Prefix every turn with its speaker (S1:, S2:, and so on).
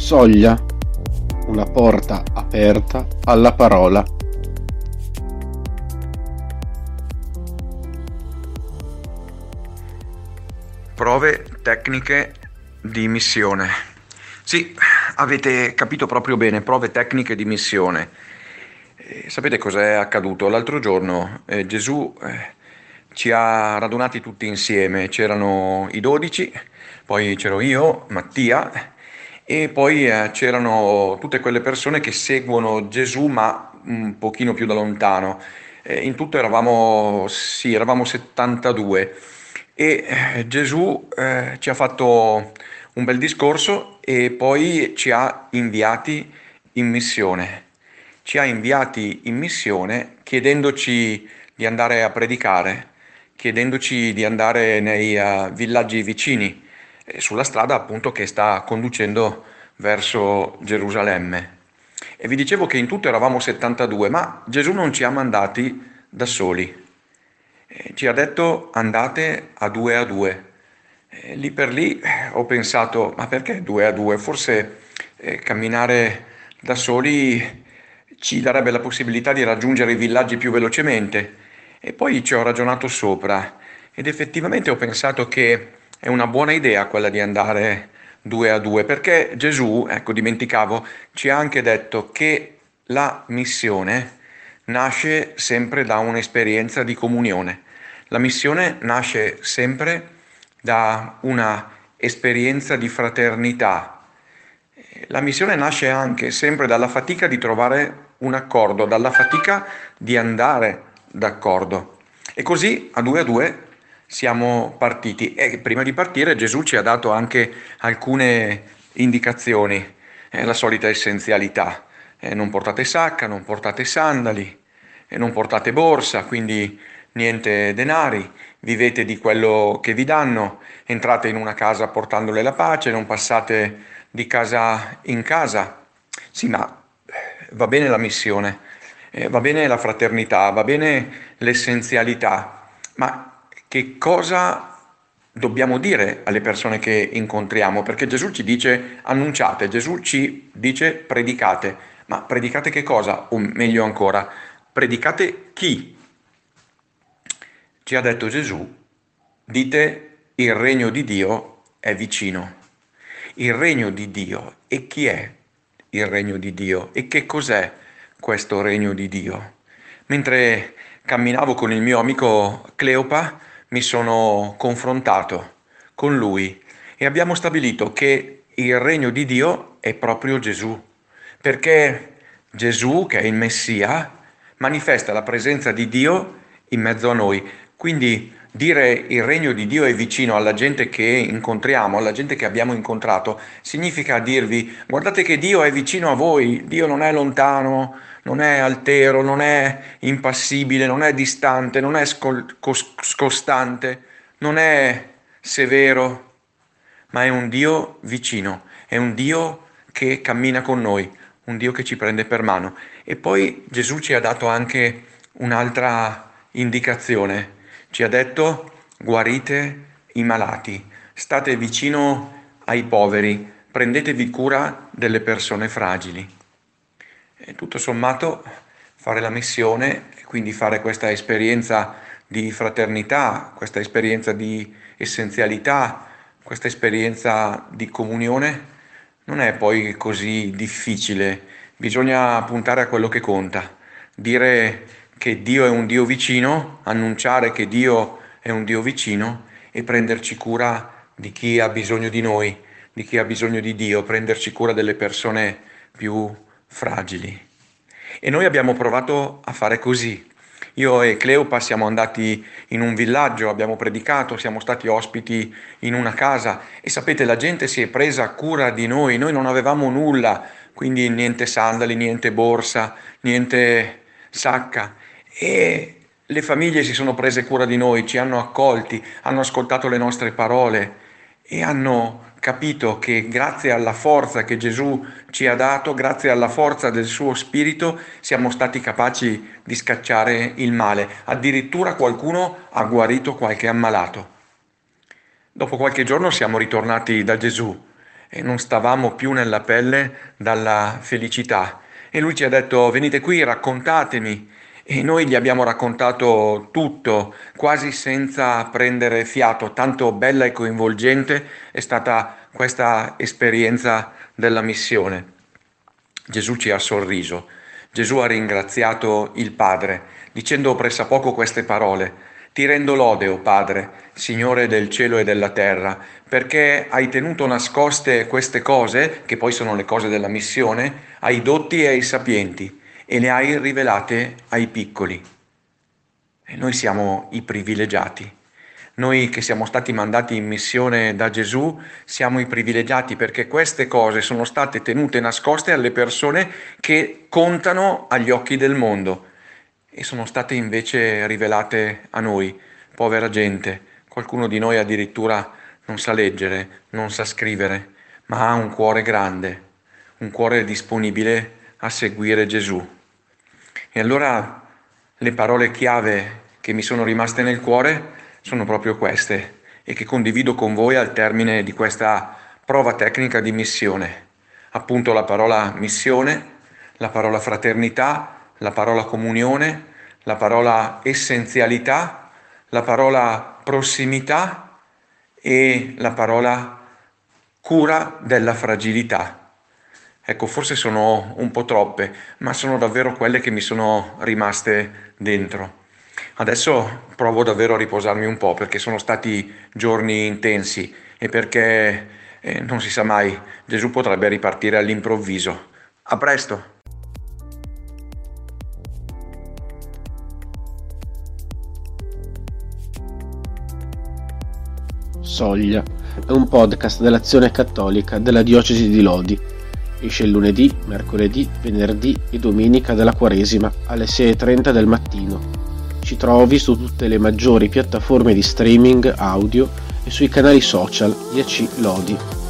S1: Soglia, una porta aperta alla parola.
S2: Prove tecniche di missione. Sì, avete capito proprio bene, prove tecniche di missione. Sapete cos'è accaduto? L'altro giorno Gesù ci ha radunati tutti insieme, c'erano i 12, poi c'ero io, Mattia, e poi c'erano tutte quelle persone che seguono Gesù ma un pochino più da lontano. In tutto eravamo, sì, eravamo 72 e Gesù ci ha fatto un bel discorso e poi ci ha inviati in missione. Ci ha inviati in missione chiedendoci di andare a predicare, chiedendoci di andare nei villaggi vicini, sulla strada appunto che sta conducendo verso Gerusalemme. E vi dicevo che in tutto eravamo 72, ma Gesù non ci ha mandati da soli. Ci ha detto andate a due a due. Lì per lì ho pensato, ma perché due a due? Forse camminare da soli ci darebbe la possibilità di raggiungere i villaggi più velocemente. E poi ci ho ragionato sopra ed effettivamente ho pensato che è una buona idea quella di andare due a due, perché Gesù, ecco, dimenticavo, ci ha anche detto che la missione nasce sempre da un'esperienza di comunione. La missione nasce sempre da una esperienza di fraternità. La missione nasce anche sempre dalla fatica di trovare un accordo, dalla fatica di andare d'accordo. E così a due siamo partiti e prima di partire Gesù ci ha dato anche alcune indicazioni, la solita essenzialità. Non portate sacca, non portate sandali, non portate borsa, quindi niente denari, vivete di quello che vi danno, entrate in una casa portandole la pace, non passate di casa in casa. Sì, ma va bene la missione, va bene la fraternità, va bene l'essenzialità, ma che cosa dobbiamo dire alle persone che incontriamo? Perché Gesù ci dice annunciate, Gesù ci dice predicate, ma predicate che cosa? O meglio ancora, predicate chi? Ci ha detto Gesù, dite il regno di Dio è vicino. Il regno di Dio. E chi è il regno di Dio? E che cos'è questo regno di Dio? Mentre camminavo con il mio amico Cleopa, mi sono confrontato con lui e abbiamo stabilito che il regno di Dio è proprio Gesù, perché Gesù, che è il Messia, manifesta la presenza di Dio in mezzo a noi. Quindi dire il regno di Dio è vicino alla gente che incontriamo, alla gente che abbiamo incontrato, significa dirvi guardate che Dio è vicino a voi, Dio non è lontano, non è altero, non è impassibile, non è distante, non è scostante, non è severo, ma è un Dio vicino, è un Dio che cammina con noi, un Dio che ci prende per mano. E poi Gesù ci ha dato anche un'altra indicazione, ci ha detto guarite i malati, state vicino ai poveri, prendetevi cura delle persone fragili. E tutto sommato fare la missione, e quindi fare questa esperienza di fraternità, questa esperienza di essenzialità, questa esperienza di comunione, non è poi così difficile. Bisogna puntare a quello che conta, dire che Dio è un Dio vicino, annunciare che Dio è un Dio vicino e prenderci cura di chi ha bisogno di noi, di chi ha bisogno di Dio, prenderci cura delle persone più fragili. E noi abbiamo provato a fare così. Io e Cleopa siamo andati in un villaggio, abbiamo predicato, siamo stati ospiti in una casa e sapete, la gente si è presa cura di noi non avevamo nulla, quindi niente sandali, niente borsa, niente sacca. E le famiglie si sono prese cura di noi, ci hanno accolti, hanno ascoltato le nostre parole e hanno capito che grazie alla forza che Gesù ci ha dato, grazie alla forza del suo spirito, siamo stati capaci di scacciare il male. Addirittura qualcuno ha guarito qualche ammalato. Dopo qualche giorno siamo ritornati da Gesù e non stavamo più nella pelle dalla felicità. E lui ci ha detto: venite qui, raccontatemi. E noi gli abbiamo raccontato tutto, quasi senza prendere fiato, tanto bella e coinvolgente è stata questa esperienza della missione. Gesù ci ha sorriso. Gesù ha ringraziato il Padre, dicendo pressappoco queste parole: Ti rendo lode, o Padre, Signore del cielo e della terra, perché hai tenuto nascoste queste cose, che poi sono le cose della missione, ai dotti e ai sapienti, e le hai rivelate ai piccoli. E noi siamo i privilegiati. Noi che siamo stati mandati in missione da Gesù siamo i privilegiati perché queste cose sono state tenute nascoste alle persone che contano agli occhi del mondo e sono state invece rivelate a noi, povera gente. Qualcuno di noi addirittura non sa leggere, non sa scrivere, ma ha un cuore grande, un cuore disponibile a seguire Gesù. E allora le parole chiave che mi sono rimaste nel cuore sono proprio queste e che condivido con voi al termine di questa prova tecnica di missione. Appunto la parola missione, la parola fraternità, la parola comunione, la parola essenzialità, la parola prossimità e la parola cura della fragilità. Ecco, forse sono un po' troppe, ma sono davvero quelle che mi sono rimaste dentro. Adesso provo davvero a riposarmi un po' perché sono stati giorni intensi e perché non si sa mai, Gesù potrebbe ripartire all'improvviso. A presto!
S1: Soglia è un podcast dell'Azione Cattolica della Diocesi di Lodi. Esce il lunedì, mercoledì, venerdì e domenica della Quaresima alle 6:30 del mattino. Ci trovi su tutte le maggiori piattaforme di streaming audio e sui canali social di AC Lodi.